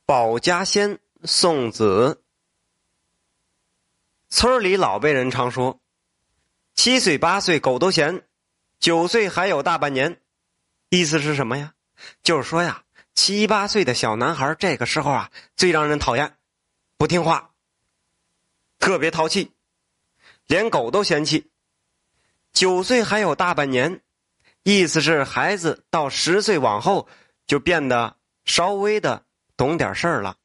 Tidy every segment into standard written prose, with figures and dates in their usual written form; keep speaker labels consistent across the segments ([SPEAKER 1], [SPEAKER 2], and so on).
[SPEAKER 1] 保家仙送子。村里老辈人常说，7岁8岁狗都嫌，9岁还有大半年。意思是什么呀？就是说呀，7、8岁的小男孩这个时候啊，最让人讨厌，不听话，特别淘气，连狗都嫌弃。9岁还有大半年，意思是孩子到10岁往后就变得稍微的懂点事儿了。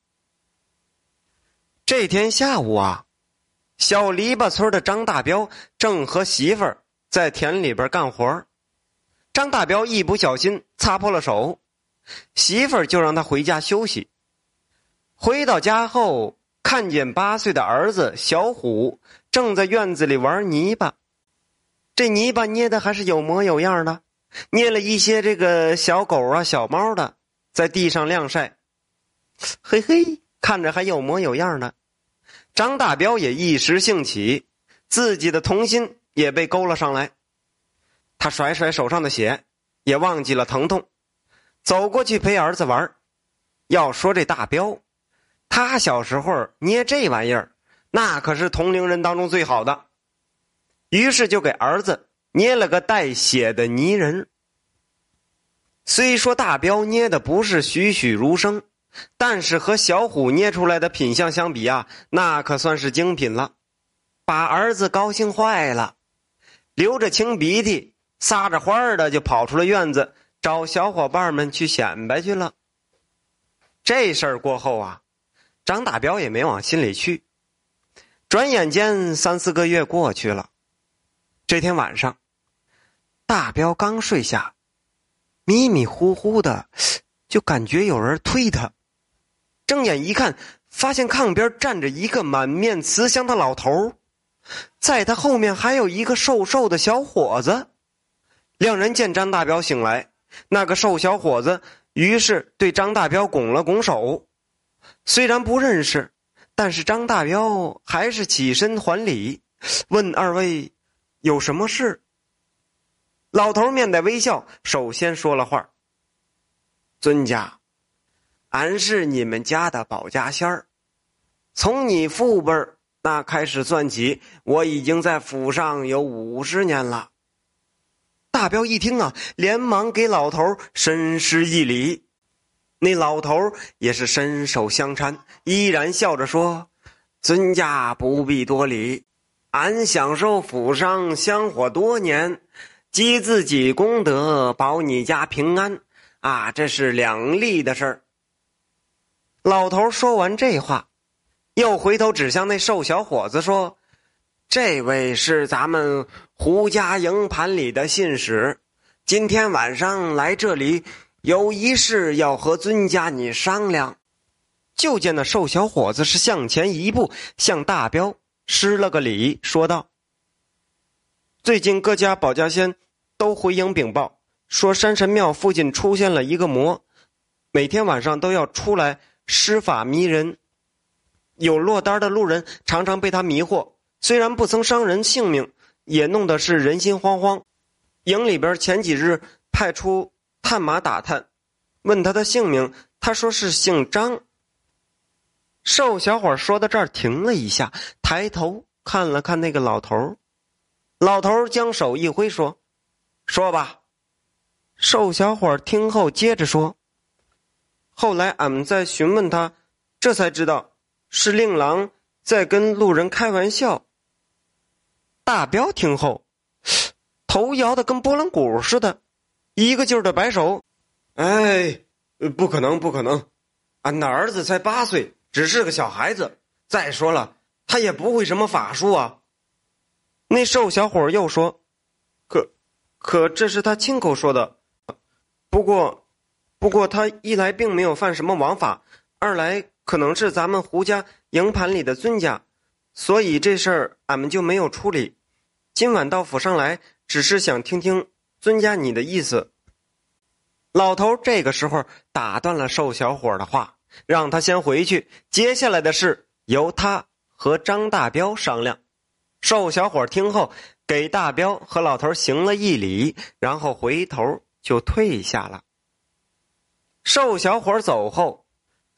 [SPEAKER 1] 这天下午啊，小篱笆村的张大彪正和媳妇儿在田里边干活。张大彪一不小心擦破了手，媳妇儿就让他回家休息。回到家后，看见8岁的儿子小虎正在院子里玩泥巴。这泥巴捏的还是有模有样的，捏了一些这个小狗啊小猫的，在地上晾晒。嘿嘿，看着还有模有样的。张大彪也一时兴起，自己的童心也被勾了上来。他甩甩手上的血，也忘记了疼痛，走过去陪儿子玩。要说这大彪，他小时候捏这玩意儿，那可是同龄人当中最好的。于是就给儿子捏了个带血的泥人。虽说大彪捏的不是栩栩如生，但是和小虎捏出来的品相相比啊，那可算是精品了，把儿子高兴坏了，流着清鼻涕，撒着欢儿的就跑出了院子，找小伙伴们去显摆去了。这事儿过后啊，张大彪也没往心里去。转眼间3、4个月过去了。这天晚上，大彪刚睡下，迷迷糊糊的就感觉有人推他。睁眼一看，发现炕边站着一个满面慈祥的老头，在他后面还有一个瘦瘦的小伙子。两人见张大彪醒来，那个瘦小伙子于是对张大彪拱了拱手。虽然不认识，但是张大彪还是起身还礼，问二位有什么事。老头面带微笑，首先说了话：尊家，俺是你们家的保家仙儿，从你父辈那开始算起，我已经在府上有50年了。大彪一听啊，连忙给老头深施一礼。那老头也是伸手相搀，依然笑着说：尊家不必多礼，俺享受府上香火多年，积自己功德，保你家平安啊，这是两利的事儿。老头说完这话，又回头指向那瘦小伙子说：这位是咱们胡家营盘里的信使，今天晚上来这里有一事要和尊家你商量。就见那瘦小伙子是向前一步，向大彪施了个礼，说道：最近各家保家仙都回营禀报，说山神庙附近出现了一个魔，每天晚上都要出来施法迷人，有落单的路人常常被他迷惑，虽然不曾伤人性命，也弄得是人心惶惶。营里边前几日派出探马打探，问他的姓名，他说是姓张。瘦小伙说到这儿停了一下，抬头看了看那个老头。老头将手一挥说：说吧。瘦小伙听后接着说：后来俺们在询问他，这才知道是令郎在跟路人开玩笑。大彪听后头摇得跟拨浪鼓似的，一个劲儿的摆手：哎，不可能不可能，俺的儿子才8岁，只是个小孩子，再说了他也不会什么法术啊。那瘦小伙又说：可这是他亲口说的，不过他一来并没有犯什么王法，二来可能是咱们胡家营盘里的尊家，所以这事儿俺们就没有处理。今晚到府上来，只是想听听尊家你的意思。老头这个时候打断了瘦小伙的话，让他先回去，接下来的事由他和张大彪商量。瘦小伙听后给大彪和老头行了一礼，然后回头就退下了。瘦小伙走后，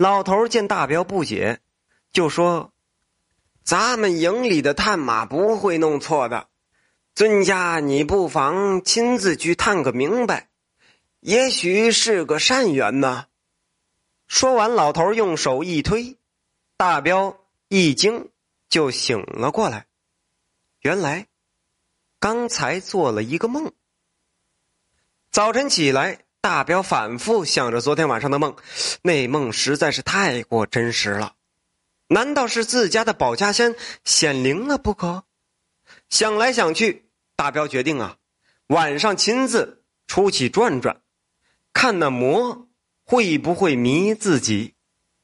[SPEAKER 1] 老头见大彪不解，就说：“咱们营里的探马不会弄错的，尊家你不妨亲自去探个明白，也许是个善缘呢。”说完，老头用手一推，大彪一惊就醒了过来。原来刚才做了一个梦。早晨起来，大彪反复想着昨天晚上的梦，那梦实在是太过真实了。难道是自家的保家仙显灵了不可？想来想去，大彪决定晚上亲自出去转转，看那魔会不会迷自己。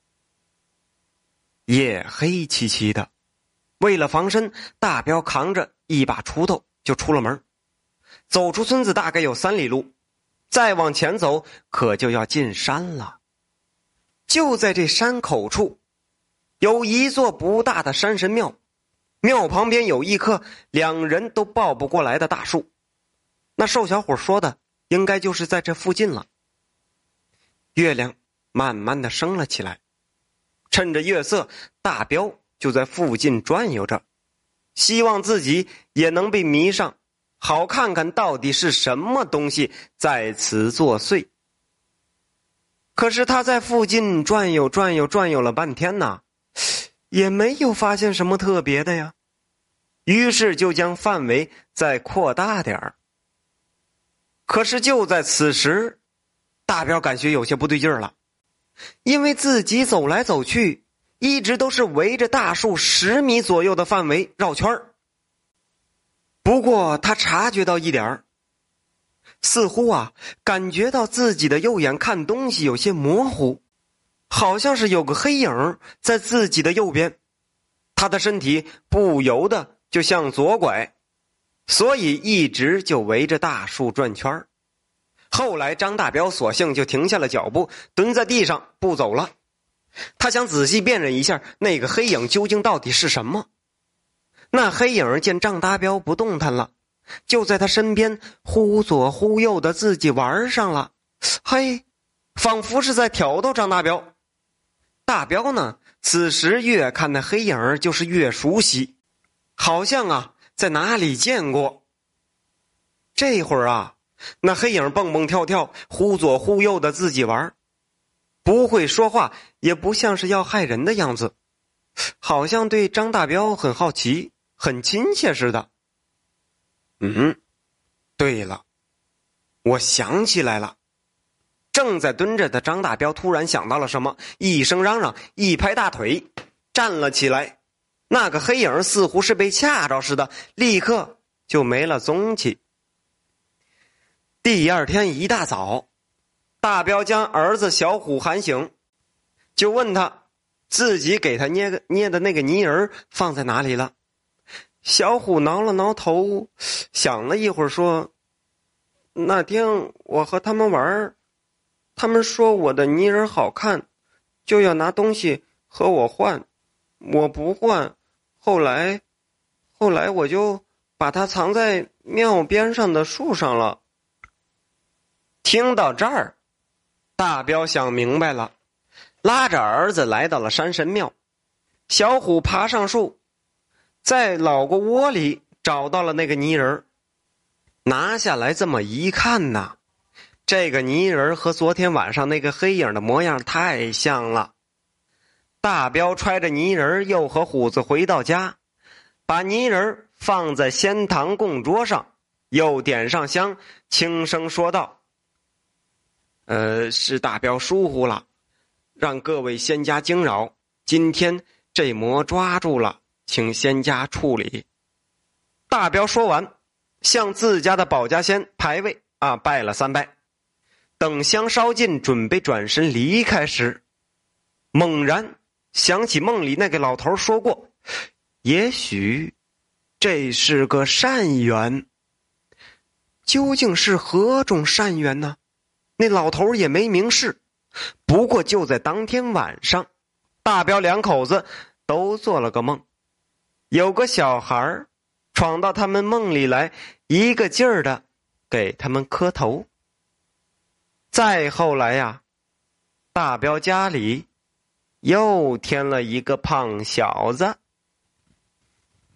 [SPEAKER 1] 夜黑漆漆的，为了防身，大彪扛着一把锄头就出了门。走出村子大概有3里路，再往前走可就要进山了。就在这山口处，有一座不大的山神庙，庙旁边有一棵2人都抱不过来的大树。那瘦小伙说的应该就是在这附近了。月亮慢慢的升了起来，趁着月色，大彪就在附近转悠着，希望自己也能被迷上，好看看到底是什么东西在此作祟。可是他在附近转悠了半天也没有发现什么特别的呀，于是就将范围再扩大点儿。可是就在此时，大彪感觉有些不对劲儿了，因为自己走来走去一直都是围着大树10米左右的范围绕圈儿。不过他察觉到一点儿，似乎感觉到自己的右眼看东西有些模糊，好像是有个黑影在自己的右边，他的身体不由得就向左拐，所以一直就围着大树转圈儿。后来张大彪索性就停下了脚步，蹲在地上不走了。他想仔细辨认一下那个黑影究竟到底是什么。那黑影见张大彪不动弹了，就在他身边忽左忽右的自己玩上了，嘿，仿佛是在挑逗张大彪。大彪呢，此时越看那黑影就是越熟悉，好像在哪里见过。这会儿那黑影蹦蹦跳跳，忽左忽右的自己玩，不会说话，也不像是要害人的样子，好像对张大彪很好奇，很亲切似的。对了，我想起来了。正在蹲着的张大彪突然想到了什么，一声嚷嚷，一拍大腿，站了起来。那个黑影似乎是被吓着似的，立刻就没了踪迹。第二天一大早，大彪将儿子小虎喊醒，就问他自己给他捏的那个泥人放在哪里了。小虎挠了挠头，想了一会儿说：“那天我和他们玩，他们说我的泥人好看，就要拿东西和我换，我不换，后来我就把它藏在庙边上的树上了。”听到这儿，大彪想明白了，拉着儿子来到了山神庙。小虎爬上树，在老过窝里找到了那个泥人，拿下来这么一看这个泥人和昨天晚上那个黑影的模样太像了。大彪揣着泥人又和虎子回到家，把泥人放在仙堂供桌上，又点上香，轻声说道：“是大彪疏忽了，让各位仙家惊扰，今天这魔抓住了，请仙家处理。”大彪说完，向自家的保家仙牌位拜了3拜。等香烧尽，准备转身离开时，猛然想起梦里那个老头说过，也许这是个善缘。究竟是何种善缘呢？那老头也没明示。不过就在当天晚上，大彪2口子都做了个梦，有个小孩闯到他们梦里来，一个劲儿的给他们磕头。再后来大彪家里又添了一个胖小子。